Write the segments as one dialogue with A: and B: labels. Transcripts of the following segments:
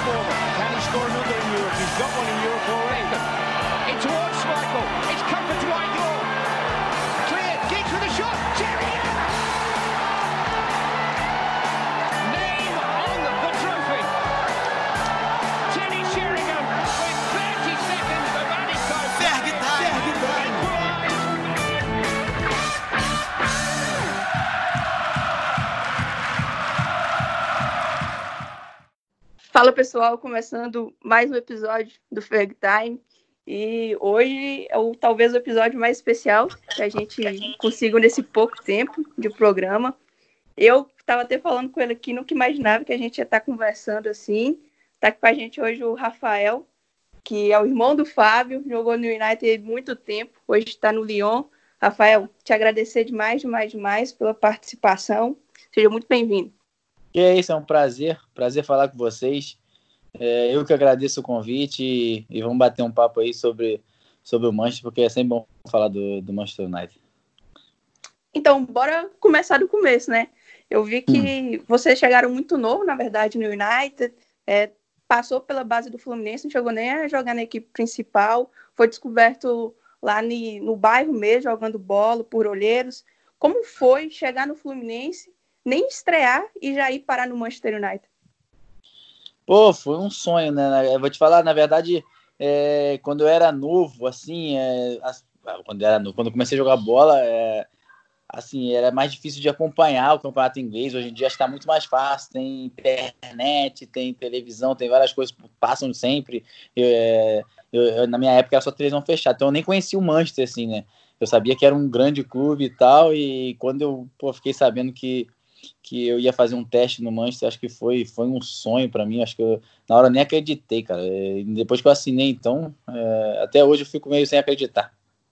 A: forward. Can he score another in Europe? He's got one in Europe already. In towards Schmeichel. It's Comfort to Whitelaw. Cleared. Giggs with a shot. Sheringham! Name on the trophy. Teddy Sheringham with 30 seconds of added time.
B: Ferg time.
C: Fala pessoal, começando mais um episódio do Ferg Time. E hoje é talvez o episódio mais especial que a gente conseguiu nesse pouco tempo de programa. Eu estava até falando com ele aqui, nunca imaginava que a gente ia estar conversando assim. Está aqui com a gente hoje o Rafael, que é o irmão do Fábio, jogou no United há muito tempo, hoje está no Lyon. Rafael, te agradecer demais pela participação. Seja muito bem-vindo.
D: E é isso, é um prazer falar com vocês. Eu que agradeço o convite e vamos bater um papo aí sobre o Manchester, porque é sempre bom falar do Manchester United.
C: Então, bora começar do começo, né? Eu vi que vocês chegaram muito novo, na verdade, no United, passou pela base do Fluminense, não chegou nem a jogar na equipe principal, foi descoberto lá no bairro mesmo, jogando bola por Olheiros. Como foi chegar no Fluminense, nem estrear e já ir parar no Manchester United?
D: Pô, foi um sonho, né? Eu vou te falar, na verdade, quando eu era novo, assim, quando eu comecei a jogar bola, assim, era mais difícil de acompanhar o campeonato inglês. Hoje em dia está muito mais fácil, tem internet, tem televisão, tem várias coisas que passam sempre. Na minha época era só televisão fechada, então eu nem conhecia o Manchester, assim, né? Eu sabia que era um grande clube e tal, e quando eu fiquei sabendo que eu ia fazer um teste no Manchester, acho que foi um sonho para mim. Acho que eu, na hora, nem acreditei, cara. Depois que eu assinei, então, até hoje eu fico meio sem acreditar.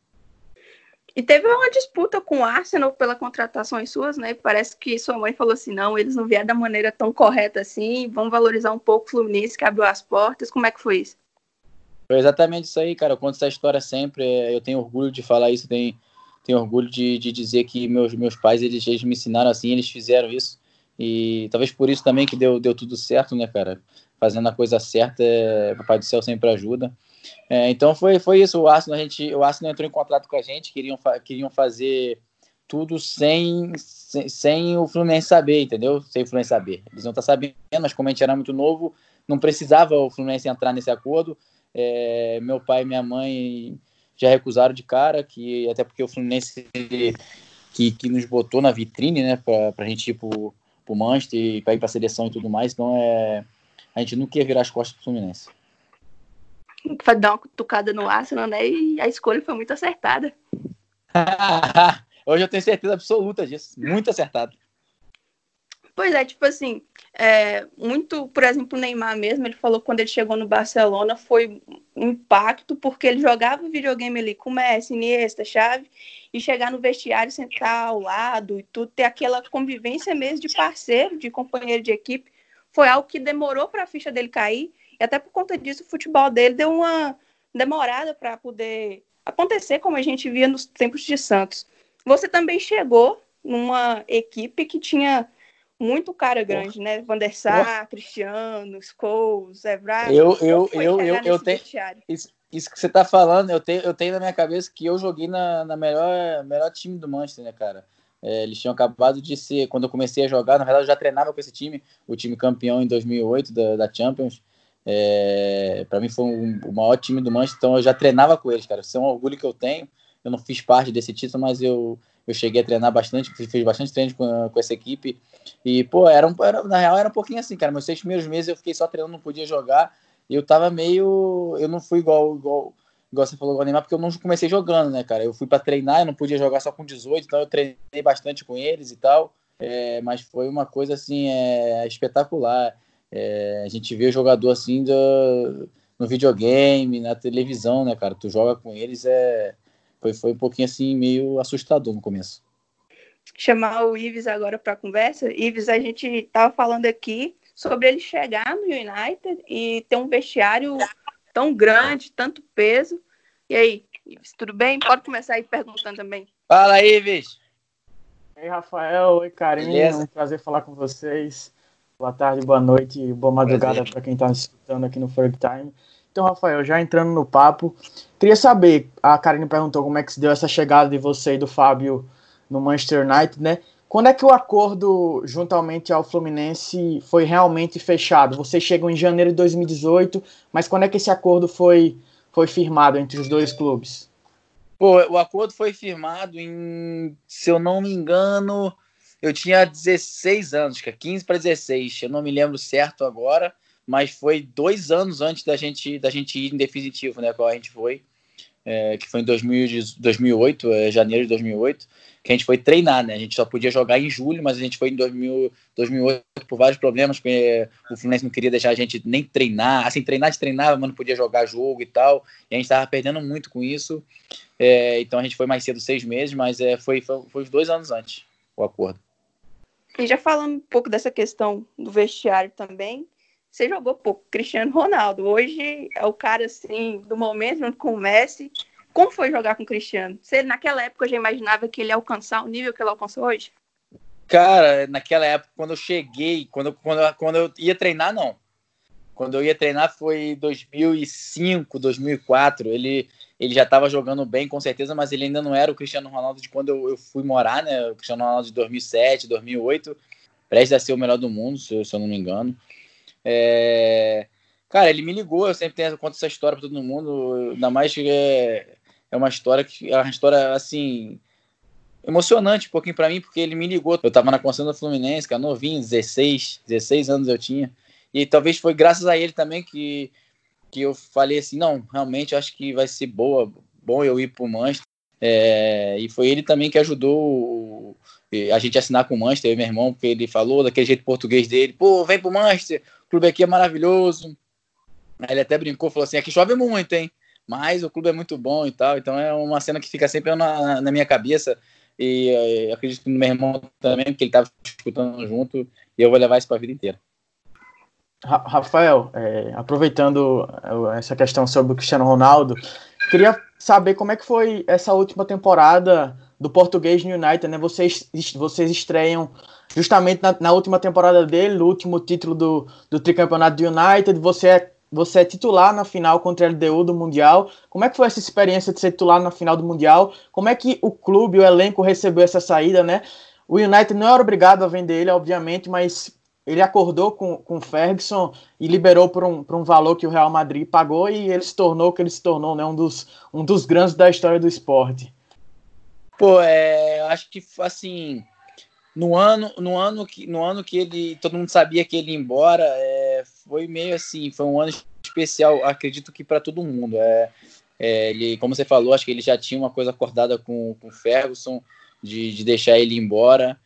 C: E teve uma disputa com o Arsenal pela contratações suas, né? Parece que sua mãe falou assim, não, eles não vieram da maneira tão correta assim, vamos valorizar um pouco o Fluminense, que abriu as portas. Como é que foi isso?
D: Foi exatamente isso aí, cara. Eu conto essa história sempre. Eu tenho orgulho de falar isso, tenho orgulho de dizer que meus pais, eles me ensinaram assim, eles fizeram isso. E talvez por isso também que deu tudo certo, né, cara? Fazendo a coisa certa, Papai do Céu sempre ajuda. Então foi isso. O Arsenal entrou em contato com a gente, queriam fazer tudo sem o Fluminense saber, entendeu? Sem o Fluminense saber. Eles não estão sabendo, mas como a gente era muito novo, não precisava o Fluminense entrar nesse acordo. Meu pai e minha mãe já recusaram de cara, até porque o Fluminense que nos botou na vitrine, né, pra gente ir pro Manchester e para ir pra seleção e tudo mais. Então a gente nunca ia virar as costas pro Fluminense.
C: Vai dar uma cutucada no Arsenal, né? E a escolha foi muito acertada.
D: Hoje eu tenho certeza absoluta disso. Muito acertado.
C: Pois é, tipo assim, muito, por exemplo, o Neymar mesmo, ele falou que quando ele chegou no Barcelona foi um impacto, porque ele jogava videogame ali com Messi, Iniesta, Xavi, e chegar no vestiário, sentar ao lado e tudo, ter aquela convivência mesmo de parceiro, de companheiro de equipe, foi algo que demorou para a ficha dele cair, e até por conta disso o futebol dele deu uma demorada para poder acontecer como a gente via nos tempos de Santos. Você também chegou numa equipe que tinha muito cara grande, né? Van der Sar, Cristiano, Scholes, Evra.
D: Eu tenho isso que você tá falando, eu tenho na minha cabeça que eu joguei na melhor time do Manchester, né, cara? Eles tinham acabado de ser, quando eu comecei a jogar, na verdade eu já treinava com esse time, o time campeão em 2008 da Champions. Para mim foi o maior time do Manchester, então eu já treinava com eles, cara. Isso é um orgulho que eu tenho. Eu não fiz parte desse título, mas eu cheguei a treinar bastante, fiz bastante treino com essa equipe. E, pô, na real era um pouquinho assim, cara. Meus 6 primeiros meses eu fiquei só treinando, não podia jogar. E eu tava meio... Eu não fui igual você falou, igual o Neymar, porque eu não comecei jogando, né, cara? Eu fui pra treinar, eu não podia jogar só com 18, então eu treinei bastante com eles e tal. Mas foi uma coisa, assim, espetacular. A gente vê o jogador, assim, no videogame, na televisão, né, cara? Tu joga com eles, foi um pouquinho assim, meio assustador no começo.
C: Chamar o Ives agora para a conversa. Ives, a gente estava falando aqui sobre ele chegar no United e ter um vestiário tão grande, tanto peso. E aí, Ives, tudo bem? Pode começar aí perguntando também.
D: Fala, Ives!
E: Oi, Rafael. Oi, Karine.
D: Beleza?
E: Um prazer falar com vocês.
B: Boa tarde, boa noite, boa madrugada para quem está escutando aqui no Ferg Time. Então, Rafael, já entrando no papo, queria saber, a Karine perguntou como é que se deu essa chegada de você e do Fábio no Manchester United, né? Quando é que o acordo, juntamente ao Fluminense, foi realmente fechado? Vocês chegam em janeiro de 2018, mas quando é que esse acordo foi firmado entre os dois clubes?
D: Pô, o acordo foi firmado em, se eu não me engano, eu tinha 16 anos, 15 para 16, eu não me lembro certo agora, mas foi 2 anos antes da gente ir em definitivo, né, qual a gente foi, que foi em 2008, janeiro de 2008, que a gente foi treinar, né, a gente só podia jogar em julho, mas a gente foi em 2008 por vários problemas, porque o Fluminense não queria deixar a gente nem treinar, assim, treinar, mas não podia jogar jogo e tal, e a gente tava perdendo muito com isso, então a gente foi mais cedo 6 meses, mas foi os 2 anos antes o acordo.
C: E já falando um pouco dessa questão do vestiário também, você jogou pouco Cristiano Ronaldo. Hoje é o cara, assim, do momento junto com o Messi. Como foi jogar com o Cristiano? Você, naquela época, já imaginava que ele ia alcançar o nível que ele alcançou hoje?
D: Cara, naquela época, quando eu cheguei, quando eu ia treinar, não. Quando eu ia treinar foi 2005, 2004. Ele já estava jogando bem, com certeza, mas ele ainda não era o Cristiano Ronaldo de quando eu fui morar, né? O Cristiano Ronaldo de 2007, 2008. Prestes a ser o melhor do mundo, se eu não me engano. Cara, ele me ligou, eu sempre conto essa história para todo mundo, ainda mais que é uma história assim, emocionante um pouquinho para mim, porque ele me ligou, eu tava na construção do Fluminense, cara, novinho, 16 anos eu tinha, e talvez foi graças a ele também que eu falei assim, não, realmente eu acho que vai ser bom eu ir pro Manchester, e foi ele também que ajudou a gente a assinar com o Manchester, eu e meu irmão, porque ele falou daquele jeito português dele, pô, vem pro Manchester, o clube aqui é maravilhoso. Aí ele até brincou, falou assim, aqui chove muito, hein? Mas o clube é muito bom e tal. Então é uma cena que fica sempre na minha cabeça. E acredito que no meu irmão também, porque ele estava escutando junto. E eu vou levar isso para a vida inteira.
B: Rafael, aproveitando essa questão sobre o Cristiano Ronaldo, queria saber como é que foi essa última temporada do português no United, né? Vocês estreiam justamente na última temporada dele, no último título do tricampeonato do United, você é titular na final contra a LDU do Mundial. Como é que foi essa experiência de ser titular na final do Mundial? Como é que o clube, o elenco recebeu essa saída, né? O United não era obrigado a vender ele, obviamente, mas ele acordou com o Ferguson e liberou por um valor que o Real Madrid pagou e ele se tornou o que ele se tornou, né? Um dos grandes da história do esporte.
D: Pô, acho que assim, no ano que ele, todo mundo sabia que ele ia embora, foi meio assim, foi um ano especial, acredito que para todo mundo. Ele, como você falou, acho que ele já tinha uma coisa acordada com o Ferguson de deixar ele embora,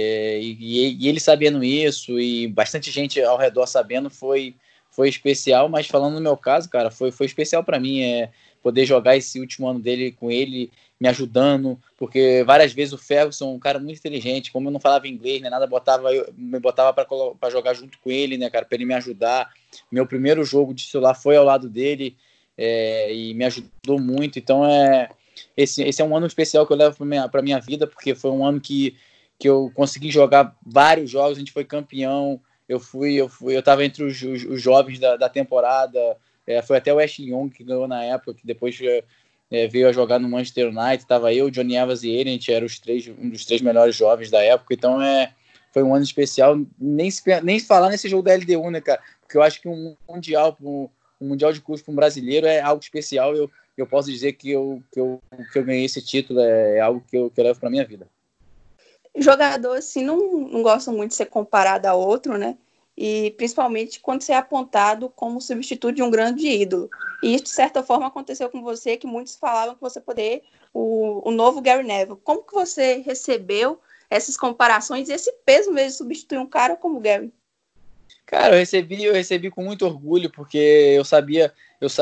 D: e ele sabendo isso e bastante gente ao redor sabendo, foi especial. Mas falando no meu caso, cara, foi especial para mim poder jogar esse último ano dele com ele, me ajudando, porque várias vezes o Ferguson, um cara muito inteligente, como eu não falava inglês, né, nada, me botava para jogar junto com ele, né, cara, para ele me ajudar. Meu primeiro jogo de celular foi ao lado dele, e me ajudou muito. Então esse é um ano especial que eu levo para minha vida, porque foi um ano que eu consegui jogar vários jogos, a gente foi campeão, eu estava entre os jovens da temporada, foi até o Ashley Young que ganhou na época, que depois veio a jogar no Manchester United, estava eu, Johnny Evans e ele, a gente era um dos 3 melhores jovens da época. Então foi um ano especial, nem falar nesse jogo da LDU, né, cara, porque eu acho que um mundial de clubes para um brasileiro é algo especial. Eu posso dizer que eu ganhei esse título, é algo que eu levo para minha vida.
C: Jogador, assim, não gosta muito de ser comparado a outro, né? E principalmente quando você é apontado como substituto de um grande ídolo. E isso, de certa forma, aconteceu com você, que muitos falavam que você poderia o novo Gary Neville. Como que você recebeu essas comparações e esse peso mesmo de substituir um cara como o Gary?
D: Cara, eu recebi com muito orgulho, porque eu sabia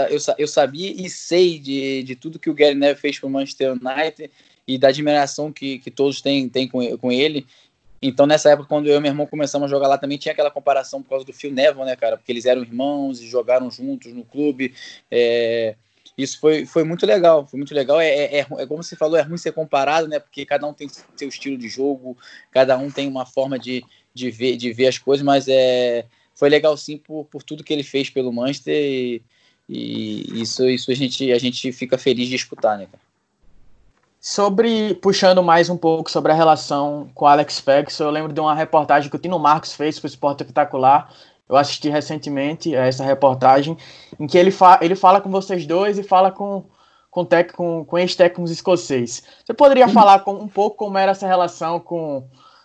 D: e sei de tudo que o Gary Neville fez para o Manchester United e da admiração que todos têm com ele. Então, nessa época, quando eu e meu irmão começamos a jogar lá, também tinha aquela comparação por causa do Phil Neville, né, cara? Porque eles eram irmãos e jogaram juntos no clube. isso foi muito legal. Foi muito legal. É como você falou, é ruim ser comparado, né? Porque cada um tem seu estilo de jogo, cada um tem uma forma de ver as coisas, mas foi legal sim por tudo que ele fez pelo Manchester e isso a gente fica feliz de escutar, né, cara?
B: Puxando mais um pouco sobre a relação com o Alex Ferguson, eu lembro de uma reportagem que o Tino Marcos fez para o Esporte Espetacular. Eu assisti recentemente essa reportagem, em que ele fala com vocês dois e fala com ex-técnicos escocês. Você poderia falar um pouco como era essa relação com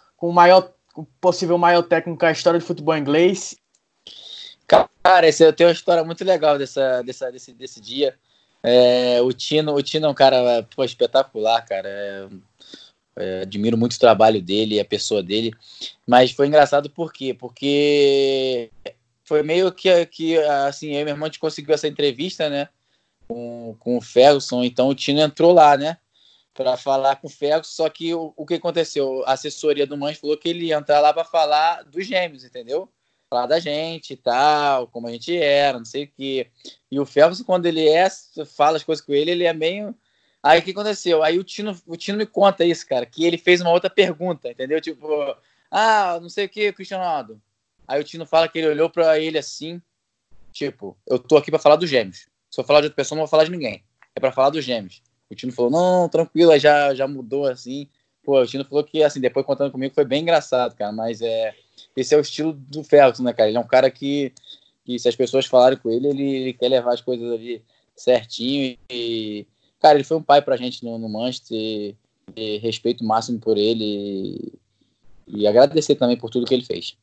B: o possível maior técnico da história do futebol inglês?
D: Cara, eu tenho uma história muito legal desse dia. O Tino é um cara espetacular, cara. Admiro muito o trabalho dele, a pessoa dele, mas foi engraçado por quê? Porque foi meio que assim, eu e meu irmão a gente conseguiu essa entrevista, né, com o Ferguson, então o Tino entrou lá, né, para falar com o Ferguson, só que o que aconteceu? A assessoria do Manchester falou que ele ia entrar lá para falar dos gêmeos, entendeu? Falar da gente e tal, como a gente era, não sei o quê. E o Ferguson, quando ele fala as coisas com ele é meio... Aí o que aconteceu? Aí o Tino me conta isso, cara, que ele fez uma outra pergunta, entendeu? Tipo, não sei o que, Cristiano Ronaldo. Aí o Tino fala que ele olhou pra ele assim, tipo, eu tô aqui pra falar dos gêmeos. Se eu falar de outra pessoa, não vou falar de ninguém. É pra falar dos gêmeos. O Tino falou, não, tranquilo, aí já mudou assim. Pô, o Tino falou que, assim, depois contando comigo, foi bem engraçado, cara, mas esse é o estilo do Ferguson, né, cara? Ele é um cara que se as pessoas falarem com ele quer levar as coisas ali certinho e... Cara, ele foi um pai pra gente no Manchester, e respeito máximo por ele e agradecer também por tudo que ele fez.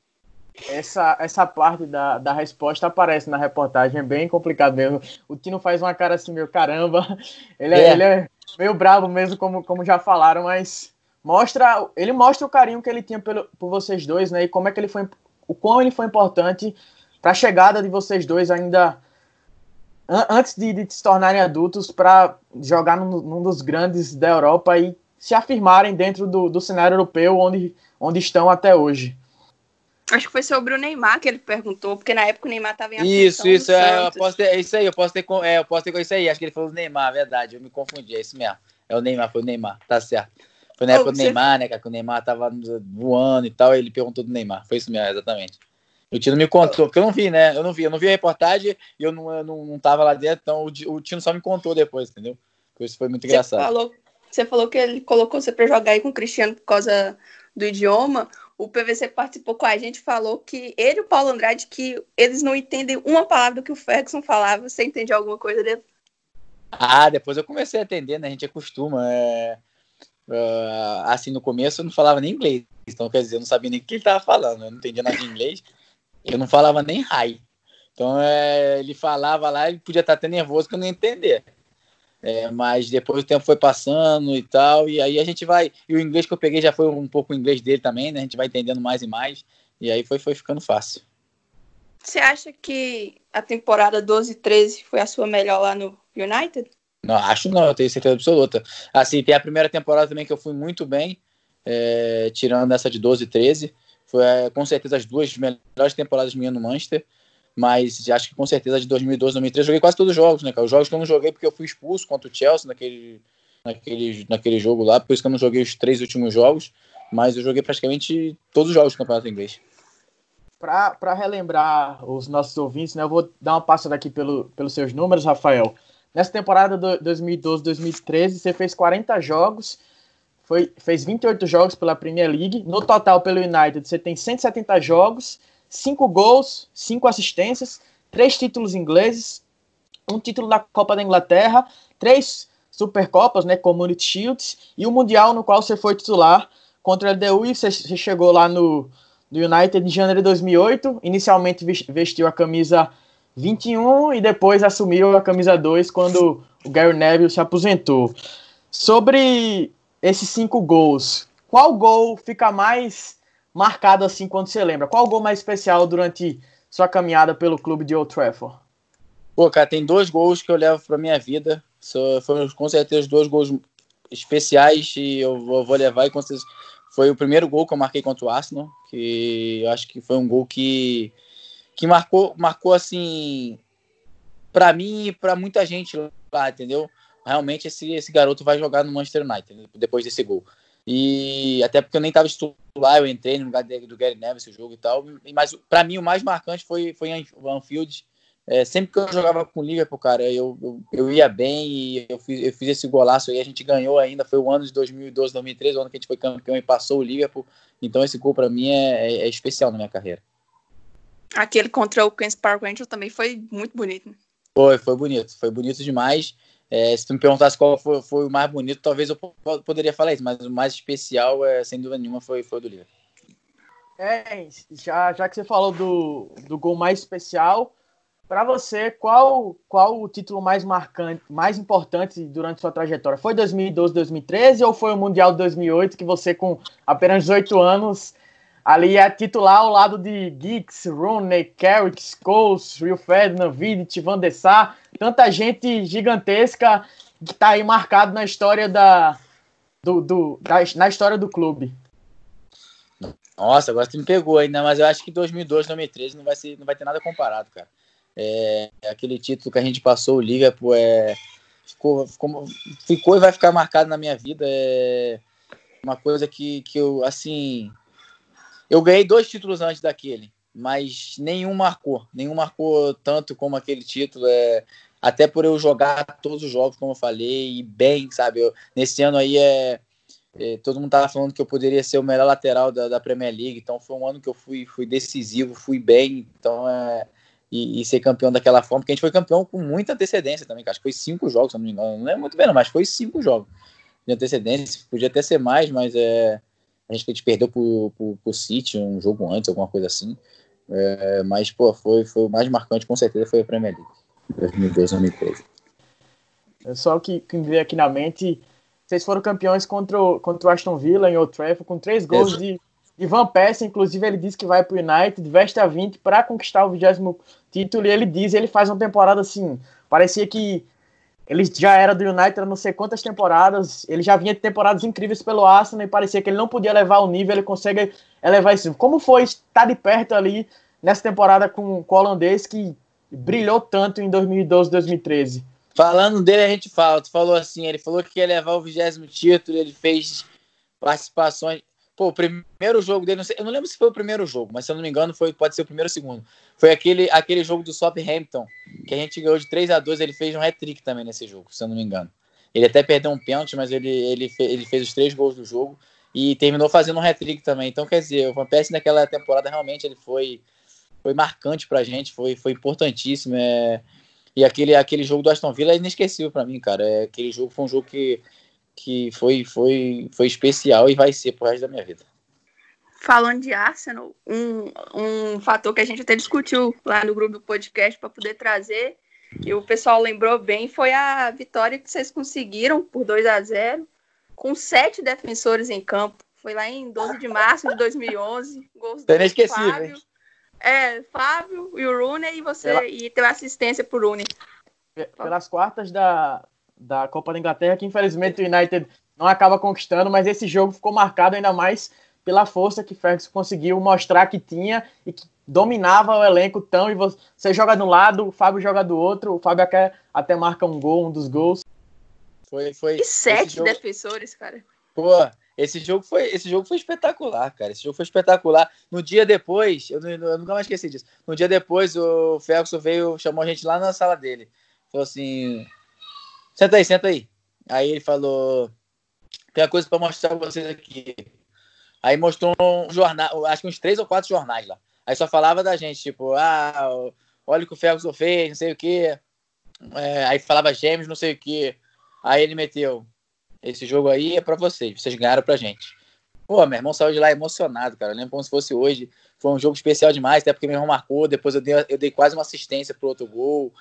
B: Essa parte da resposta aparece na reportagem, é bem complicado mesmo. O Tino faz uma cara assim, meu caramba, ele é meio bravo mesmo, como já falaram, mas ele mostra o carinho que ele tinha por vocês dois, né, e o quão ele foi importante para a chegada de vocês dois ainda... antes de se tornarem adultos, para jogar num dos grandes da Europa e se afirmarem dentro do cenário europeu onde estão até hoje.
C: Acho que foi sobre o Neymar que ele perguntou, porque na época o Neymar estava em
D: ascensão. Isso, eu posso ter isso aí, acho que ele falou do Neymar, verdade, eu me confundi, é isso mesmo. Foi o Neymar, tá certo. Foi na época do Neymar, né, cara, que o Neymar tava voando e tal, e ele perguntou do Neymar, foi isso mesmo, exatamente. O Tino me contou, porque eu não vi, né? Eu não vi a reportagem e eu não tava lá dentro, então o Tino só me contou depois, entendeu? Por isso foi muito engraçado.
C: Você falou que ele colocou você pra jogar aí com o Cristiano por causa do idioma. O PVC que participou com a gente falou que ele e o Paulo Andrade, que eles não entendem uma palavra que o Ferguson falava. Você entende alguma coisa dele?
D: Depois eu comecei a entender, né? A gente acostuma. Assim, no começo eu não falava nem inglês, então quer dizer, eu não sabia nem o que ele tava falando, eu não entendia nada de inglês. Eu não falava nem hi. Então, ele falava lá, ele podia estar até nervoso que eu não ia entender. Mas depois o tempo foi passando e tal, e aí a gente vai... E o inglês que eu peguei já foi um pouco o inglês dele também, né? A gente vai entendendo mais e mais, e aí foi ficando fácil.
C: Você acha que a temporada 12-13 foi a sua melhor lá no United?
D: Não, acho não, eu tenho certeza absoluta. Assim, tem a primeira temporada também que eu fui muito bem, tirando essa de 12-13. Foi com certeza as duas melhores temporadas minhas no Manchester, mas acho que com certeza a de 2012, 2013 joguei quase todos os jogos, né, cara? Os jogos que eu não joguei porque eu fui expulso contra o Chelsea naquele jogo lá, por isso que eu não joguei os 3 últimos jogos, mas eu joguei praticamente todos os jogos do campeonato inglês.
B: Para relembrar os nossos ouvintes, né, eu vou dar uma passada aqui pelos seus números, Rafael. Nessa temporada 2012-2013, você fez 40 jogos, fez 28 jogos pela Premier League. No total, pelo United, você tem 170 jogos, 5 gols, 5 assistências, 3 títulos ingleses, 1 título da Copa da Inglaterra, 3 Supercopas, né, Community Shields, e o Mundial no qual você foi titular contra a LDU, e você chegou lá no United em janeiro de 2008, inicialmente vestiu a camisa 21 e depois assumiu a camisa 2 quando o Gary Neville se aposentou. Sobre esses 5 gols, qual gol fica mais marcado assim quando você lembra? Qual gol mais especial durante sua caminhada pelo clube de Old Trafford?
D: Pô, cara, tem 2 gols que eu levo pra minha vida. Foram com certeza 2 gols especiais e eu vou levar, e com certeza foi o primeiro gol que eu marquei contra o Arsenal, que eu acho que foi um gol que marcou assim Pra mim e pra muita gente lá, entendeu? Realmente esse garoto vai jogar no Manchester United depois desse gol. E até porque eu nem tava titular, eu entrei no lugar do Gary Neville esse jogo e tal. Mas pra mim o mais marcante foi em Anfield. Sempre que eu jogava com o Liverpool, cara, eu ia bem e eu fiz esse golaço aí, a gente ganhou ainda, foi o ano de 2012, 2013, o ano que a gente foi campeão e passou o Liverpool, então esse gol pra mim é especial na minha carreira.
C: Aquele contra o Queen's Park Rangers também foi muito bonito.
D: Foi bonito demais. Se tu me perguntasse qual foi o mais bonito, talvez eu poderia falar isso, mas o mais especial, sem dúvida nenhuma, foi o do Liverpool.
B: Já que você falou do gol mais especial, para você, qual o título mais marcante, mais importante durante sua trajetória? Foi 2012, 2013 ou foi o Mundial de 2008 que você, com apenas 18 anos, ali é titular ao lado de Giggs, Rooney, Carrick, Scholes, Rio Ferdinand, Vidic, Van der Sar, tanta gente gigantesca que está aí marcado na história na história do clube?
D: Nossa, agora você me pegou ainda, mas eu acho que 2012, 2013 não vai ter nada comparado, cara. Aquele título que a gente passou, o Liverpool, ficou e vai ficar marcado na minha vida. É uma coisa que eu, assim, eu ganhei 2 títulos antes daquele, mas nenhum marcou tanto como aquele título, até por eu jogar todos os jogos, como eu falei, e bem, sabe, nesse ano aí todo mundo tava falando que eu poderia ser o melhor lateral da Premier League, então foi um ano que eu fui decisivo, fui bem, então e ser campeão daquela forma, porque a gente foi campeão com muita antecedência também, cara. Acho que foi 5 jogos, se não me engano, não é muito bem não, mas foi 5 jogos de antecedência, podia até ser mais, mas a gente perdeu pro City um jogo antes, alguma coisa assim, mas pô, foi o mais marcante, com certeza foi a Premier League, 2012, 2013.
B: Só o que me veio aqui na mente, vocês foram campeões contra o Aston Villa em Old Trafford, com 3 gols de Van Persie. Inclusive ele disse que vai pro United, veste a 20 para conquistar o 20º título, e ele faz uma temporada assim, parecia que ele já era do United há não sei quantas temporadas, ele já vinha de temporadas incríveis pelo Arsenal e parecia que ele não podia levar o nível, ele consegue elevar isso. Como foi estar de perto ali nessa temporada com o holandês que brilhou tanto em 2012, 2013?
D: Falando dele, a gente fala, tu falou assim, ele falou que ia levar o 20º título, ele fez participações. Pô, o primeiro jogo dele, eu não lembro se foi o primeiro jogo, mas se eu não me engano, pode ser o primeiro ou segundo. Foi aquele jogo do Southampton, que a gente ganhou de 3-2, ele fez um hat-trick também nesse jogo, se eu não me engano. Ele até perdeu um pênalti, mas ele fez os 3 gols do jogo e terminou fazendo um hat-trick também. Então, quer dizer, o Van Persie naquela temporada realmente ele foi marcante pra gente, foi importantíssimo. E aquele jogo do Aston Villa é inesquecível pra mim, cara. Aquele jogo foi um jogo que foi especial e vai ser pro resto da minha vida.
C: Falando de Arsenal, um fator que a gente até discutiu lá no grupo do podcast para poder trazer, e o pessoal lembrou bem, foi a vitória que vocês conseguiram por 2-0, com 7 defensores em campo. Foi lá em 12 de março de 2011. Gols do
D: inesquecível.
C: Fábio e o Rooney, e teve assistência por Rooney.
B: Pelas quartas da Copa da Inglaterra, que infelizmente o United não acaba conquistando, mas esse jogo ficou marcado ainda mais pela força que Ferguson conseguiu mostrar que tinha e que dominava o elenco tão, e você joga de um lado, o Fábio joga do outro, o Fábio até marca um dos gols.
C: E 7 defensores, cara.
D: Pô, esse jogo foi espetacular, cara. Esse jogo foi espetacular. No dia depois, eu nunca mais esqueci disso. No dia depois, o Ferguson chamou a gente lá na sala dele. Falou assim, senta aí. Aí ele falou, tem uma coisa pra mostrar pra vocês aqui. Aí mostrou um jornal, acho que uns 3 ou 4 jornais lá. Aí só falava da gente, tipo, olha o que o Ferguson fez, não sei o quê. Aí falava gêmeos, não sei o quê. Aí ele meteu, esse jogo aí é pra vocês ganharam pra gente. Pô, meu irmão saiu de lá emocionado, cara. Eu lembro como se fosse hoje. Foi um jogo especial demais, até porque meu irmão marcou, depois eu dei quase uma assistência pro outro gol.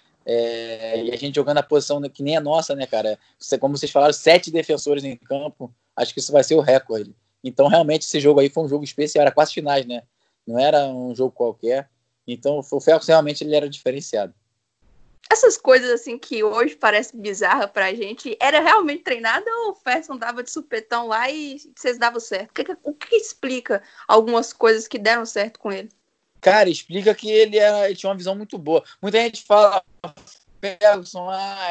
D: E a gente jogando a posição que nem a nossa, né, cara? Como vocês falaram, 7 defensores em campo, acho que isso vai ser o recorde. Então, realmente, esse jogo aí foi um jogo especial, era quase finais, né? Não era um jogo qualquer. Então, o Ferguson realmente ele era diferenciado.
C: Essas coisas, assim, que hoje parece bizarra pra gente, era realmente treinada ou o Ferguson dava de supetão lá e vocês davam certo? O que explica algumas coisas que deram certo com ele?
D: Cara, explica que ele tinha uma visão muito boa. Muita gente fala, Ferguson,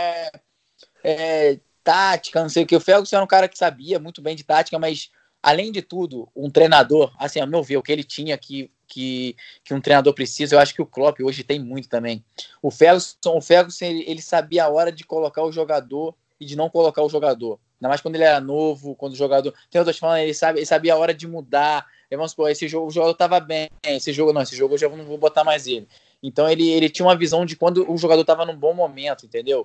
D: tática, não sei o que. O Ferguson era um cara que sabia muito bem de tática, mas, além de tudo, um treinador, assim, ao meu ver, o que ele tinha que um treinador precisa, eu acho que o Klopp hoje tem muito também. O Ferguson ele sabia a hora de colocar o jogador e de não colocar o jogador. Ainda mais quando ele era novo, quando o jogador... Tem outros falando, ele sabia a hora de mudar. Vamos supor, esse jogo o jogador estava bem, esse jogo eu já não vou botar mais ele. Então ele tinha uma visão de quando o jogador estava num bom momento, entendeu?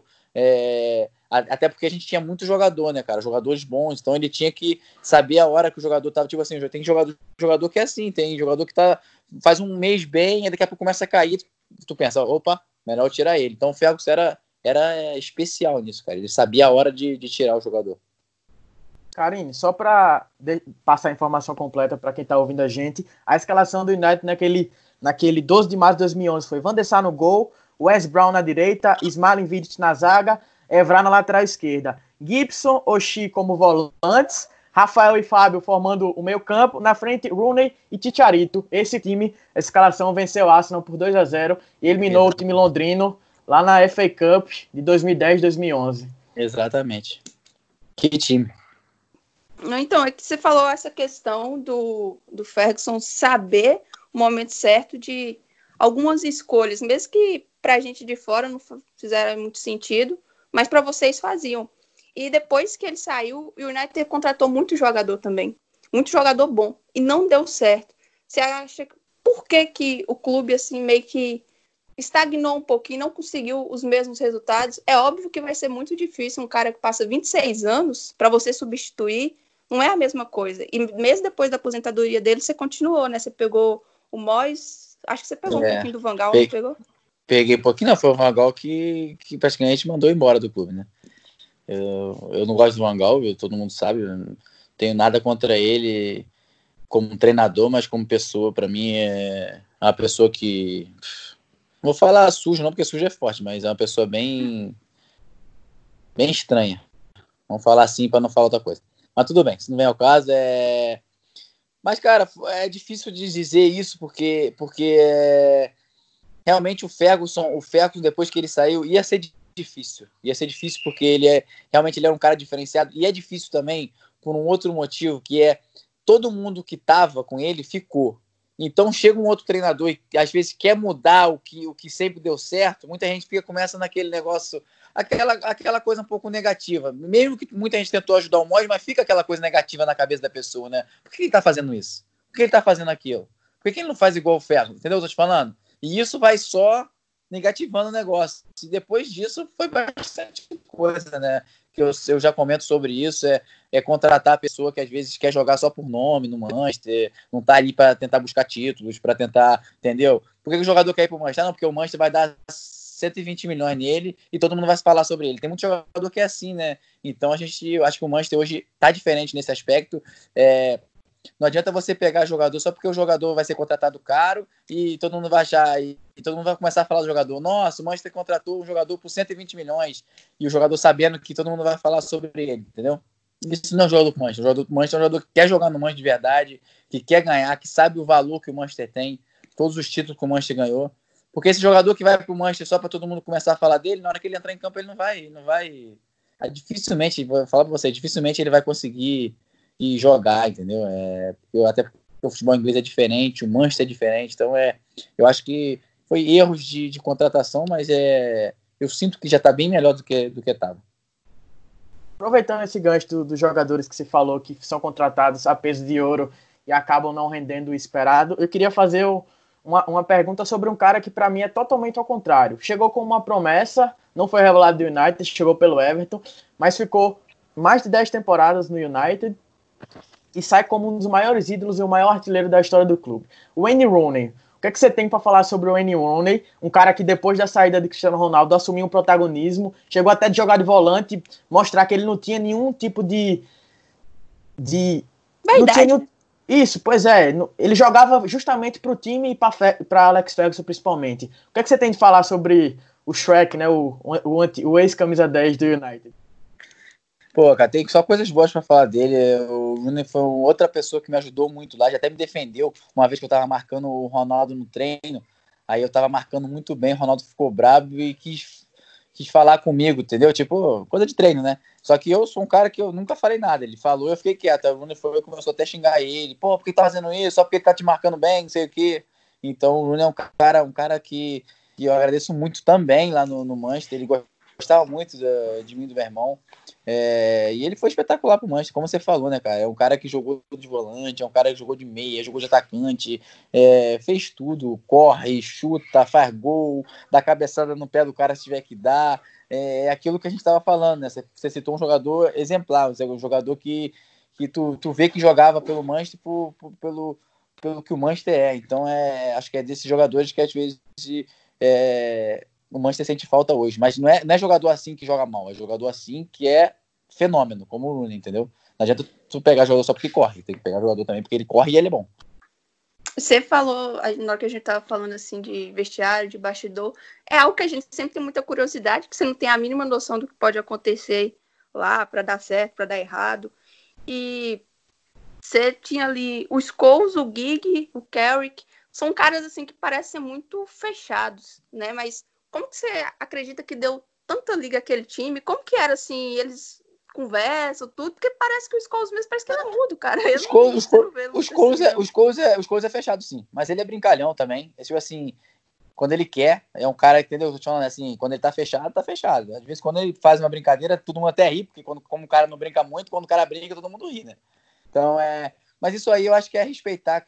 D: Até porque a gente tinha muito jogador, né, cara? Jogadores bons, então ele tinha que saber a hora que o jogador estava, tipo assim, tem jogador que é assim, tem jogador que faz um mês bem, e daqui a pouco começa a cair, tu pensa, opa, melhor tirar ele. Então o Ferguson era especial nisso, cara. Ele sabia a hora de tirar o jogador.
B: Karine, só para passar a informação completa para quem está ouvindo a gente, a escalação do United naquele 12 de março de 2011 foi Van der Sar no gol, Wes Brown na direita, Smalling Vidic na zaga, Evra na lateral esquerda, Gibson, Oshie como volantes, Rafael e Fábio formando o meio campo, na frente Rooney e Chicharito. Esse time, a escalação venceu o Arsenal por 2-0 e eliminou o time londrino lá na FA Cup de 2010-2011.
D: Exatamente. Que time.
C: Então, é que você falou essa questão do Ferguson saber o momento certo de algumas escolhas, mesmo que pra gente de fora não fizeram muito sentido, mas para vocês faziam. E depois que ele saiu, o United contratou muito jogador também, muito jogador bom, e não deu certo. Você acha, por que o clube assim meio que estagnou um pouquinho, não conseguiu os mesmos resultados? É óbvio que vai ser muito difícil um cara que passa 26 anos para você substituir. Não é a mesma coisa. E mesmo depois da aposentadoria dele, você continuou, né? Você pegou o Moyes, acho que você pegou um pouquinho do Van Gaal, não pegou?
D: Peguei um pouquinho, não. Foi o Van Gaal que praticamente mandou embora do clube, né? Eu não gosto do Van Gaal, todo mundo sabe. Eu não tenho nada contra ele como treinador, mas como pessoa, para mim, é uma pessoa que... Não vou falar sujo, não, porque sujo é forte, mas é uma pessoa bem estranha. Vamos falar assim para não falar outra coisa. Mas tudo bem, se não vem ao caso, Mas, cara, é difícil de dizer isso, porque realmente o Ferguson, depois que ele saiu, ia ser difícil. Ia ser difícil porque realmente ele era um cara diferenciado. E é difícil também por um outro motivo, que é todo mundo que estava com ele ficou. Então chega um outro treinador e às vezes quer mudar o que sempre deu certo. Muita gente começa naquele negócio, aquela coisa um pouco negativa. Mesmo que muita gente tentou ajudar o Moyes, mas fica aquela coisa negativa na cabeça da pessoa, né? Por que ele tá fazendo isso? Por que ele tá fazendo aquilo? Por que ele não faz igual o Ferro? Entendeu o que eu tô te falando? E isso vai só negativando o negócio. E depois disso foi bastante coisa, né? Que eu já comento sobre isso, é contratar a pessoa que às vezes quer jogar só por nome no Manchester, não tá ali para tentar buscar títulos, para tentar, entendeu? Por que o jogador quer ir pro Manchester? Não, porque o Manchester vai dar 120 milhões nele e todo mundo vai falar sobre ele. Tem muito jogador que é assim, né? Então eu acho que o Manchester hoje tá diferente nesse aspecto. Não adianta você pegar jogador só porque o jogador vai ser contratado caro e todo mundo vai achar, e todo mundo vai começar a falar do jogador. Nossa, o Manchester contratou um jogador por 120 milhões e o jogador sabendo que todo mundo vai falar sobre ele, entendeu? Isso não é o jogador do Manchester. O jogador do Manchester é um jogador que quer jogar no Manchester de verdade, que quer ganhar, que sabe o valor que o Manchester tem, todos os títulos que o Manchester ganhou. Porque esse jogador que vai pro Manchester só para todo mundo começar a falar dele, na hora que ele entrar em campo ele não vai dificilmente, vou falar para você, dificilmente ele vai conseguir e jogar, entendeu? Até porque o futebol inglês é diferente, o Manchester é diferente, então eu acho que foi erros de contratação, mas eu sinto que já está bem melhor do que estava.
B: Aproveitando esse gancho dos jogadores que você falou que são contratados a peso de ouro e acabam não rendendo o esperado, eu queria fazer uma pergunta sobre um cara que para mim é totalmente ao contrário. Chegou com uma promessa, não foi revelado do United, chegou pelo Everton, mas ficou mais de 10 temporadas no United e sai como um dos maiores ídolos e o maior artilheiro da história do clube. O Wayne Rooney. O que é que você tem para falar sobre o Wayne Rooney? Um cara que depois da saída de Cristiano Ronaldo assumiu um protagonismo, chegou até de jogar de volante, mostrar que ele não tinha nenhum tipo de não tinha nenhum... Isso, pois é. Ele jogava justamente para o time e para Alex Ferguson principalmente. O que é que você tem de falar sobre o Shrek, né, o ex-camisa 10 do United?
D: Pô, cara, tem só coisas boas pra falar dele. O Rooney foi outra pessoa que me ajudou muito lá, já até me defendeu uma vez que eu tava marcando o Ronaldo no treino. Aí eu tava marcando muito bem, o Ronaldo ficou bravo e quis falar comigo, entendeu? Tipo, coisa de treino, né? Só que eu sou um cara que eu nunca falei nada. Ele falou, eu fiquei quieto. O Rooney começou até a xingar ele. Pô, por que tá fazendo isso? Só porque ele tá te marcando bem, não sei o quê. Então o Rooney é um cara que eu agradeço muito também lá no Manchester. Ele gostava muito de mim, do meu irmão. E ele foi espetacular pro Manchester, como você falou, né, cara? É um cara que jogou de volante, é um cara que jogou de meia, jogou de atacante, fez tudo, corre, chuta, faz gol, dá cabeçada no pé do cara se tiver que dar. É aquilo que a gente estava falando, né? Você citou um jogador exemplar, um jogador que tu vê que jogava pelo Manchester pelo que o Manchester é. Então, acho que é desses jogadores que às vezes o Manchester sente falta hoje. Mas não é jogador assim que joga mal, é jogador assim que é fenômeno, como o Rooney, entendeu? Não adianta tu pegar jogador só porque corre, tem que pegar jogador também porque ele corre e ele é bom.
C: Você falou, na hora que a gente tava falando assim de vestiário, de bastidor, é algo que a gente sempre tem muita curiosidade, que você não tem a mínima noção do que pode acontecer lá para dar certo, para dar errado. E você tinha ali o Scholes, o Giggs, o Carrick, são caras assim que parecem ser muito fechados, né? Mas como que você acredita que deu tanta liga aquele time? Como que era assim, eles conversam, tudo? Porque parece que o Scholes mesmo parece que ele é mudo, cara.
D: O Scholes é fechado, sim. Mas ele é brincalhão também. É tipo assim, quando ele quer, é um cara, entendeu? Eu tô te falando assim, quando ele tá fechado, tá fechado. Às vezes, quando ele faz uma brincadeira, todo mundo até ri, porque como o cara não brinca muito, quando o cara brinca, todo mundo ri, né? Então, mas isso aí eu acho que é respeitar.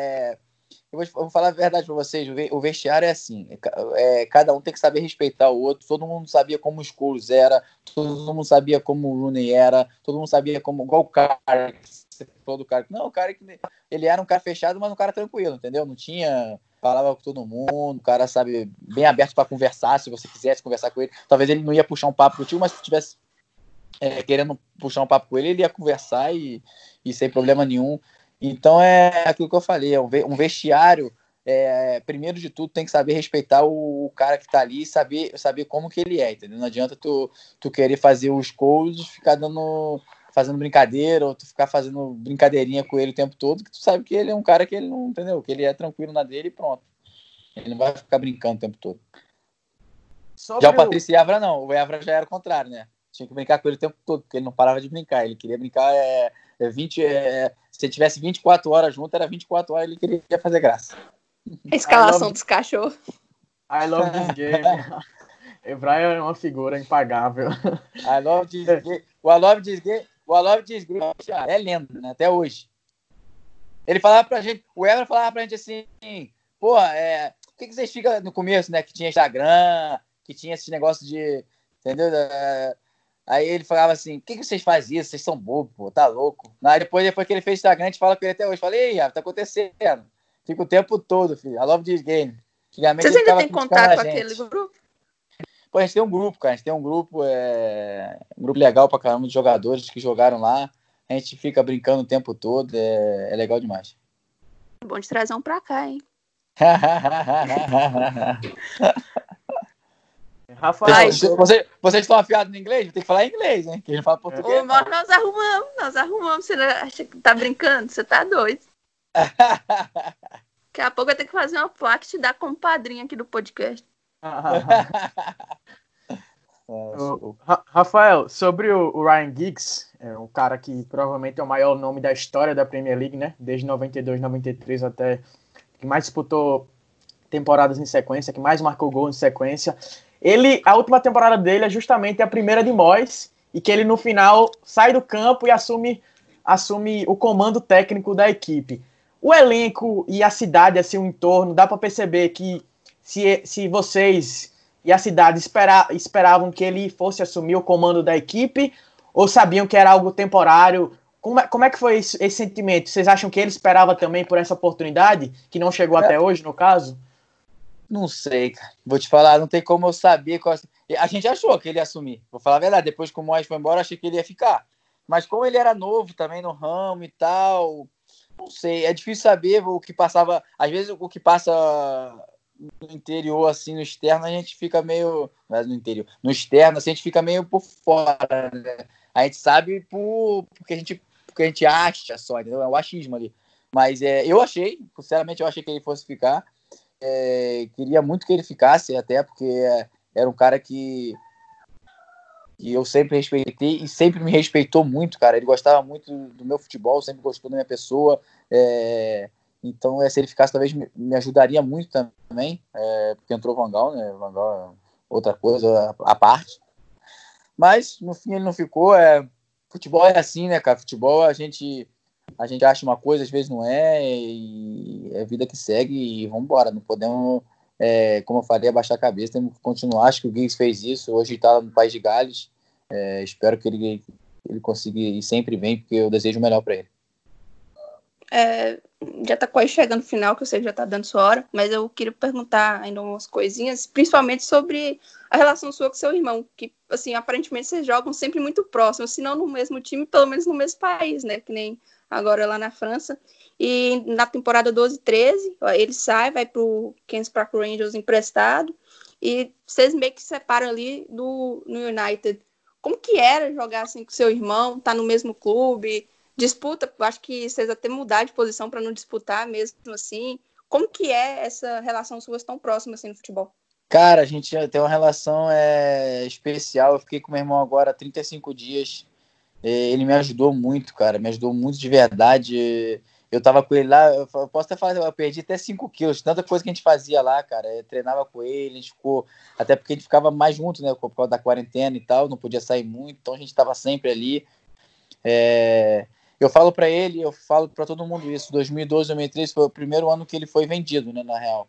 D: Eu vou falar a verdade pra vocês. O vestiário é assim: cada um tem que saber respeitar o outro. Todo mundo sabia como o Scholes era, todo mundo sabia como o Rooney era, todo mundo sabia como. Igual o cara que você falou do cara. Não, o cara que. Ele era um cara fechado, mas um cara tranquilo, entendeu? Não tinha. Falava com todo mundo, o cara, sabe, bem aberto para conversar. Se você quisesse conversar com ele, talvez ele não ia puxar um papo contigo, mas se tivesse querendo puxar um papo com ele ia conversar e sem problema nenhum. Então é aquilo que eu falei, um vestiário, primeiro de tudo, tem que saber respeitar o cara que tá ali e saber como que ele é, entendeu? Não adianta tu querer fazer os coaches, ficar fazendo brincadeira, ou tu ficar fazendo brincadeirinha com ele o tempo todo, que tu sabe que ele é um cara que ele não, entendeu? Que ele é tranquilo na dele e pronto. Ele não vai ficar brincando o tempo todo. Já o Patrício Evra não, o Evra já era o contrário, né? Tinha que brincar com ele o tempo todo, porque ele não parava de brincar. Ele queria brincar 20... se ele tivesse 24 horas junto, era 24 horas, ele queria fazer graça.
C: A escalação dos cachorros.
B: I love this game. Evra é uma figura impagável.
D: I love this game. O I love this game é lenda, né? Até hoje. Ele falava pra gente, o Evra falava pra gente assim, pô, por que vocês ficam no começo, né? Que tinha Instagram, que tinha esse negócio de... Entendeu? Aí ele falava assim, por que vocês fazem isso? Vocês são bobos, pô, tá louco. Aí depois que ele fez Instagram, a gente fala com ele até hoje. Falei, ei, tá acontecendo. Fica o tempo todo, filho. I love this game.
C: Vocês ainda têm contato com aquele grupo?
D: Pô, a gente tem um grupo, cara. A gente tem um grupo legal pra caramba de jogadores que jogaram lá. A gente fica brincando o tempo todo. É legal demais.
C: Bom de trazer um pra cá, hein?
D: Rafael, vocês estão afiados no inglês? Tem que falar inglês, hein? Que a gente fala português.
C: Mas nós arrumamos. Você acha que tá brincando? Você tá doido. Daqui a pouco eu tenho que fazer uma placa e te dar como padrinho aqui do podcast.
B: Rafael, sobre o Ryan Giggs, um cara que provavelmente é o maior nome da história da Premier League, né? Desde 92, 93 até que mais disputou temporadas em sequência, que mais marcou gol em sequência. A última temporada dele é justamente a primeira de Moyes, e que ele no final sai do campo e assume o comando técnico da equipe. O elenco e a cidade, assim, o entorno, dá para perceber que se vocês e a cidade esperavam que ele fosse assumir o comando da equipe, ou sabiam que era algo temporário? Como é que foi esse sentimento? Vocês acham que ele esperava também por essa oportunidade, que não chegou até hoje, no caso?
D: Não sei, cara. Vou te falar, não tem como eu saber. A gente achou que ele ia assumir. Vou falar a verdade, depois que o Moyes foi embora, eu achei que ele ia ficar. Mas como ele era novo também no ramo e tal, não sei. É difícil saber o que passava. Às vezes o que passa no interior, assim, no externo, a gente fica meio... Mas no interior. No externo, assim, a gente fica meio por fora, né? A gente sabe porque a gente acha só, entendeu? É o achismo ali. Mas sinceramente, eu achei que ele fosse ficar. Queria muito que ele ficasse, até porque era um cara que eu sempre respeitei e sempre me respeitou muito, cara. Ele gostava muito do meu futebol, sempre gostou da minha pessoa. Então, se ele ficasse, talvez me ajudaria muito também, porque entrou o Van Gaal, né? Van Gaal é outra coisa à parte. Mas, no fim, ele não ficou. Futebol é assim, né, cara? Futebol a gente acha uma coisa, às vezes não é, e é vida que segue e vamos embora. Não podemos, como eu falei, abaixar a cabeça, temos que continuar. Acho que o Giggs fez isso, hoje está no País de Gales. Espero que ele consiga ir sempre bem, porque eu desejo o melhor para ele.
C: Já está quase chegando no final, que eu sei que já está dando sua hora, mas eu queria perguntar ainda umas coisinhas, principalmente sobre a relação sua com seu irmão, que, assim, aparentemente vocês jogam sempre muito próximos, se não no mesmo time, pelo menos no mesmo país, né, que nem agora lá na França. E na temporada 12-13, ele sai, vai para o Queen's Park Rangers emprestado, e vocês meio que se separam ali no United. Como que era jogar assim com seu irmão, tá no mesmo clube, disputa, acho que vocês até mudaram de posição para não disputar mesmo assim. Como que é essa relação suas tão próxima assim no futebol?
D: Cara, a gente tem uma relação especial. Eu fiquei com meu irmão agora há 35 dias. Ele me ajudou muito, cara. Me ajudou muito de verdade. Eu tava com ele lá, eu posso até falar, eu perdi até 5 quilos. Tanta coisa que a gente fazia lá, cara. Eu treinava com ele, a gente ficou... Até porque a gente ficava mais junto, né? Por causa da quarentena e tal, não podia sair muito. Então a gente tava sempre ali. Eu falo para ele, eu falo para todo mundo isso. 2012, 2013 foi o primeiro ano que ele foi vendido, né, na real.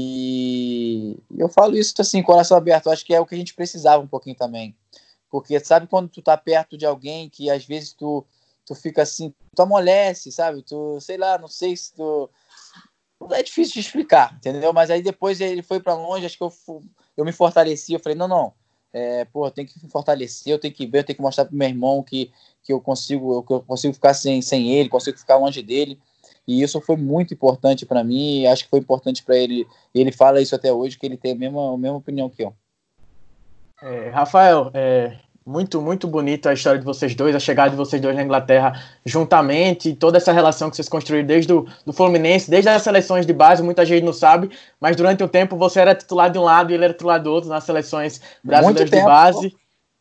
D: E eu falo isso assim, coração aberto. Eu acho que é o que a gente precisava um pouquinho também. Porque sabe quando tu tá perto de alguém que às vezes tu fica assim, tu amolece, sabe? Tu, sei lá, não sei se tu... É difícil de explicar, entendeu? Mas aí depois ele foi para longe, acho que eu me fortaleci. Eu falei, não. Eu tenho que me fortalecer, eu tenho que ver, eu tenho que mostrar pro meu irmão que eu consigo ficar sem ele, consigo ficar longe dele. E isso foi muito importante para mim, acho que foi importante para ele. Ele fala isso até hoje, que ele tem a mesma opinião que eu.
B: Rafael, muito, muito bonita a história de vocês dois, a chegada de vocês dois na Inglaterra juntamente, toda essa relação que vocês construíram desde do Fluminense, desde as seleções de base, muita gente não sabe, mas durante o tempo você era titular de um lado e ele era titular do outro nas seleções brasileiras de base.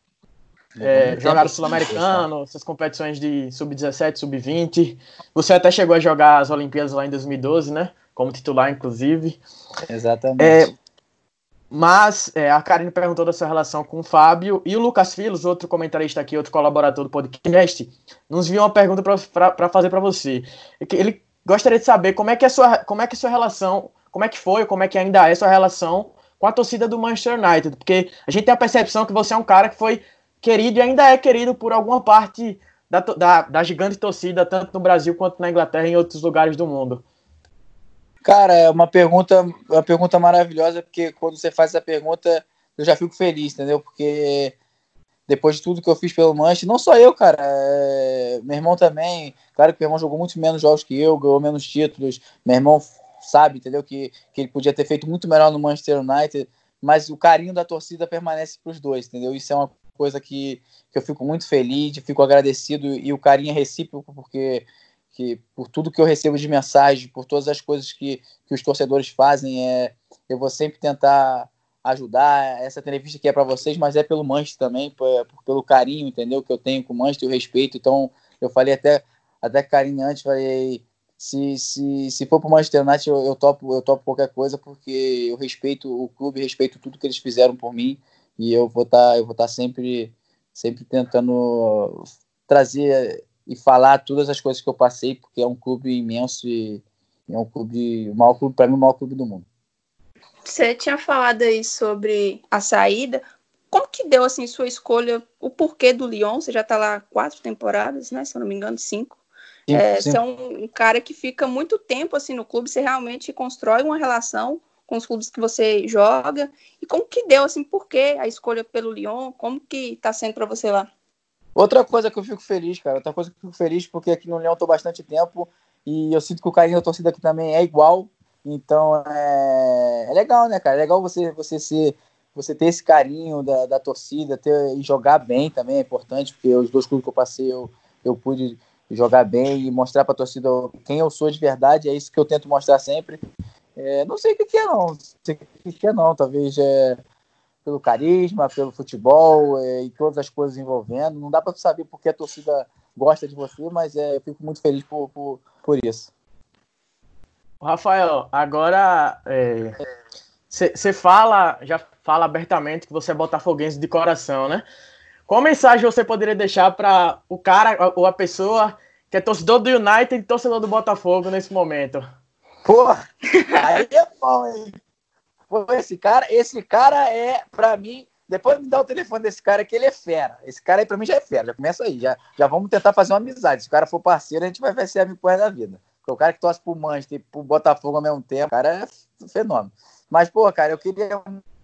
B: Jogaram Sul-Americano, essas competições de Sub-17, Sub-20. Você até chegou a jogar as Olimpíadas lá em 2012, né? Como titular, inclusive.
D: Exatamente.
B: Mas a Karine perguntou da sua relação com o Fábio, e o Lucas Filos, outro comentarista aqui, outro colaborador do podcast, nos enviou uma pergunta para fazer para você. Ele gostaria de saber como é que sua relação, como é que foi, como é que ainda é sua relação com a torcida do Manchester United, porque a gente tem a percepção que você é um cara que foi querido e ainda é querido por alguma parte da gigante torcida, tanto no Brasil quanto na Inglaterra e em outros lugares do mundo.
D: Cara, é uma pergunta maravilhosa, porque quando você faz essa pergunta, eu já fico feliz, entendeu? Porque depois de tudo que eu fiz pelo Manchester, não só eu, cara, meu irmão também, claro que meu irmão jogou muito menos jogos que eu, ganhou menos títulos, meu irmão sabe, entendeu? Que ele podia ter feito muito melhor no Manchester United, mas o carinho da torcida permanece para os dois, entendeu? Isso é uma coisa que eu fico muito feliz, fico agradecido, e o carinho é recíproco, porque por tudo que eu recebo de mensagem, por todas as coisas que os torcedores fazem, eu vou sempre tentar ajudar. Essa entrevista aqui é para vocês, mas é pelo Manchester também, pelo carinho, entendeu, que eu tenho com o Manchester e o respeito. Então, eu falei até carinho antes, falei, se for para o Manchester United, eu topo qualquer coisa, porque eu respeito o clube, respeito tudo que eles fizeram por mim, e eu vou tá sempre tentando trazer e falar todas as coisas que eu passei, porque é um clube imenso e é um clube, o maior clube, para mim, o maior clube do mundo.
C: Você tinha falado aí sobre a saída. Como que deu, assim, sua escolha, o porquê do Lyon? Você já está lá 4 temporadas, né? Se eu não me engano, 5. Você é um cara que fica muito tempo, assim, no clube, você realmente constrói uma relação com os clubes que você joga. E como que deu, assim, por que a escolha pelo Lyon? Como que está sendo para você lá?
D: Outra coisa que eu fico feliz, cara, porque aqui no Leão eu tô bastante tempo e eu sinto que o carinho da torcida aqui também é igual, então é legal, né, cara? É legal você ser você ter esse carinho da torcida, e jogar bem também é importante, porque os 2 clubes que eu passei, eu pude jogar bem e mostrar para a torcida quem eu sou de verdade, é isso que eu tento mostrar sempre. Não sei o que é não, talvez pelo carisma, pelo futebol e todas as coisas envolvendo, não dá para saber porque a torcida gosta de você, mas eu fico muito feliz por isso.
B: Rafael, agora você já fala abertamente que você é botafoguense de coração, né? Qual mensagem você poderia deixar para o cara ou a pessoa que é torcedor do United e torcedor do Botafogo nesse momento?
D: Pô, aí é bom, hein? Pô, esse cara é, pra mim, depois me dá o telefone desse cara que ele é fera. Esse cara aí pra mim já é fera, já começa aí, já vamos tentar fazer uma amizade. Se o cara for parceiro, a gente vai ser amigo pro resto da vida. Porque o cara que torce pro Manchester e pro Botafogo ao mesmo tempo, o cara é fenômeno. Mas, pô, cara, eu quero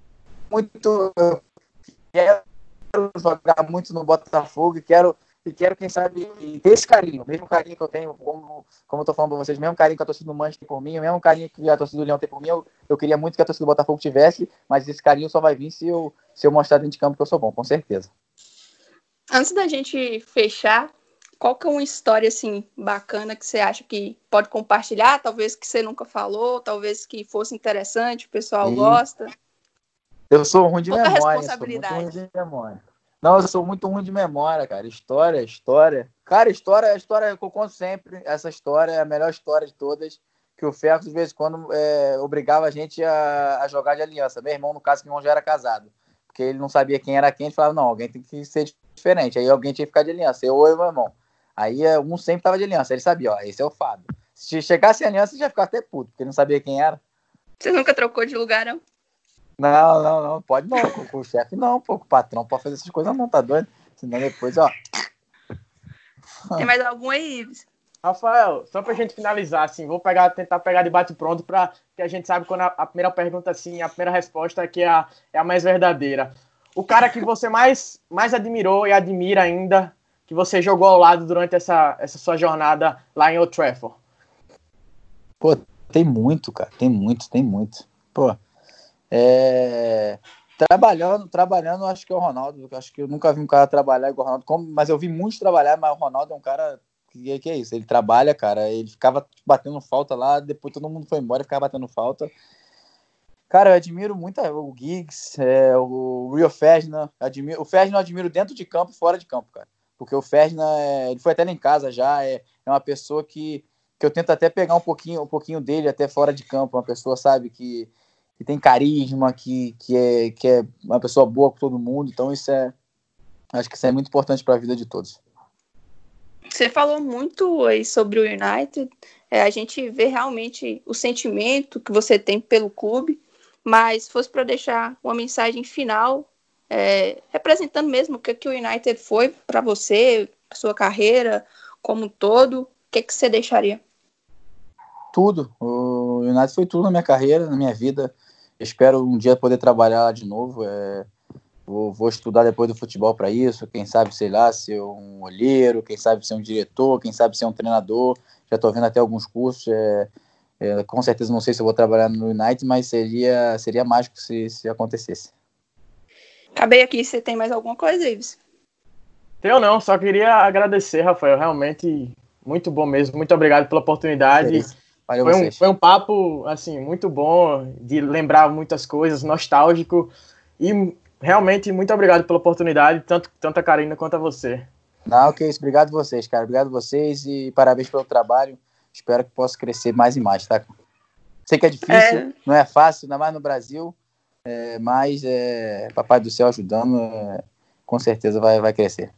D: jogar muito no Botafogo e quero, quem sabe, ter esse carinho, mesmo carinho que eu tenho, como eu tô falando pra vocês, mesmo carinho que a torcida do Manchester tem por mim, o mesmo carinho que a torcida do Leão tem por mim, eu queria muito que a torcida do Botafogo tivesse, mas esse carinho só vai vir se eu mostrar dentro de campo que eu sou bom, com certeza.
C: Antes da gente fechar, qual que é uma história, assim, bacana que você acha que pode compartilhar? Talvez que você nunca falou, talvez que fosse interessante, o pessoal gosta.
D: Eu sou ruim de
C: Pouca
D: memória.
C: responsabilidade.
D: Sou muito ruim de memória. Não, eu sou muito ruim de memória, cara. História. Cara, história que eu conto sempre. Essa história é a melhor história de todas. Que o Ferro, de vez em quando, obrigava a gente a jogar de aliança. Meu irmão, no caso, meu irmão já era casado. Porque ele não sabia quem era quem. Ele falava, não, alguém tem que ser diferente. Aí alguém tinha que ficar de aliança. Eu ou meu irmão. Aí um sempre tava de aliança. Ele sabia, ó, esse é o Fábio. Se chegasse em aliança, ele já ficava até puto. Porque ele não sabia quem era.
C: Você nunca trocou de lugar, não?
D: Não, pode não, com o chefe não, pô, com o patrão pode fazer essas coisas não, tá doido? Senão depois, ó.
C: Tem mais algum aí, Ives?
B: Rafael, só pra gente finalizar, assim, vou tentar pegar de bate-pronto que a gente sabe quando a primeira pergunta, assim, a primeira resposta é a mais verdadeira. O cara que você mais admirou e admira ainda, que você jogou ao lado durante essa sua jornada lá em Old Trafford?
D: Pô, tem muito, cara, tem muito. Pô, trabalhando, acho que é o Ronaldo. Acho que eu nunca vi um cara trabalhar igual o Ronaldo, mas eu vi muitos trabalhar, mas o Ronaldo é um cara que é isso, ele trabalha, cara, ele ficava batendo falta lá, depois todo mundo foi embora e ficava batendo falta. Cara, eu admiro muito o Giggs, o Rio Ferdinand, o Ferdinand eu admiro dentro de campo e fora de campo, cara, porque o Ferdinand, ele foi até lá em casa já, é uma pessoa que eu tento até pegar um pouquinho dele até fora de campo, uma pessoa, sabe, que tem carisma, que é uma pessoa boa com todo mundo. Então acho que isso é muito importante para a vida de todos.
C: Você falou muito aí sobre o United, a gente vê realmente o sentimento que você tem pelo clube, mas se fosse para deixar uma mensagem final, representando mesmo o que o United foi para você, a sua carreira como um todo, o que você deixaria?
D: Tudo. O United foi tudo na minha carreira, na minha vida. Espero um dia poder trabalhar lá de novo. Vou estudar depois do futebol para isso. Quem sabe, sei lá, ser um olheiro, quem sabe ser um diretor, quem sabe ser um treinador. Já estou vendo até alguns cursos. Com certeza não sei se eu vou trabalhar no United, mas seria mágico se acontecesse.
C: Acabei aqui. Você tem mais alguma coisa, Ives?
B: Eu não, só queria agradecer, Rafael. Realmente muito bom mesmo. Muito obrigado pela oportunidade. Foi um papo, assim, muito bom, de lembrar muitas coisas, nostálgico, e realmente muito obrigado pela oportunidade, tanto a Karina quanto a você.
D: Não, que isso, obrigado a vocês, cara, obrigado a vocês e parabéns pelo trabalho, espero que possa crescer mais e mais, tá? Sei que é difícil, não é fácil, ainda mais no Brasil, mas Papai do Céu ajudando, com certeza vai crescer.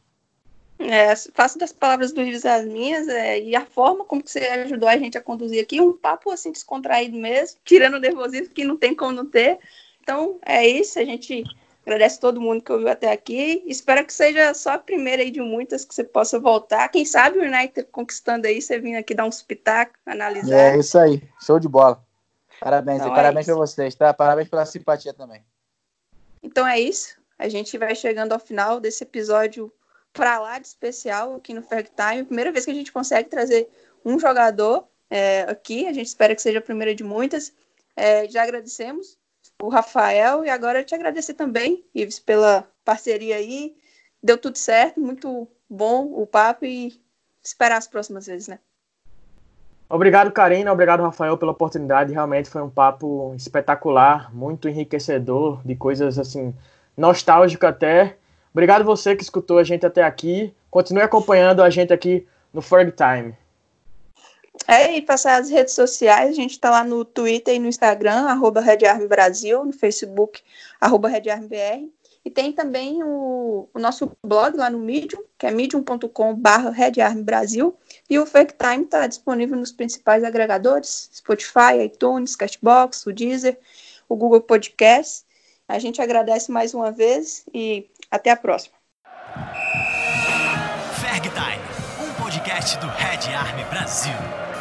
C: Faço das palavras do Ives as minhas, e a forma como você ajudou a gente a conduzir aqui, um papo assim descontraído mesmo, tirando o nervosismo que não tem como não ter. Então é isso, a gente agradece todo mundo que ouviu até aqui, espero que seja só a primeira aí de muitas, que você possa voltar, quem sabe o United conquistando aí, você vindo aqui dar uns pitacos, analisar.
D: É isso aí, show de bola, parabéns, então, parabéns para vocês, tá? Parabéns pela simpatia também.
C: Então é isso, a gente vai chegando ao final desse episódio para lá de especial aqui no Ferg Time, primeira vez que a gente consegue trazer um jogador aqui, a gente espera que seja a primeira de muitas. Já agradecemos o Rafael, e agora te agradecer também, Ives, pela parceria aí. Deu tudo certo, muito bom o papo e esperar as próximas vezes, né?
B: Obrigado, Karina. Obrigado, Rafael, pela oportunidade. Realmente foi um papo espetacular, muito enriquecedor, de coisas assim, nostálgico até. Obrigado você que escutou a gente até aqui. Continue acompanhando a gente aqui no Ferg Time.
C: E passar as redes sociais, a gente está lá no Twitter e no Instagram, @RedArmyBrasil, no Facebook, @RedArmyBR. E tem também o nosso blog lá no Medium, que é medium.com/RedArmyBrasil. E o Fake Time está disponível nos principais agregadores, Spotify, iTunes, Castbox, o Deezer, o Google Podcast. A gente agradece mais uma vez e até a próxima.
E: Ferg Time, um podcast do Red Army Brasil.